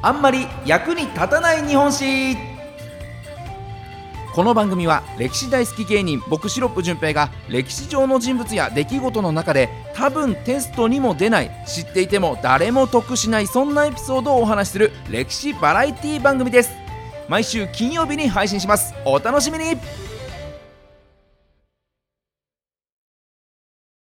あんまり役に立たない日本史。この番組は歴史大好き芸人僕シロップ純平が歴史上の人物や出来事の中で多分テストにも出ない、知っていても誰も得しない、そんなエピソードをお話しする歴史バラエティ番組です。毎週金曜日に配信します。お楽しみに。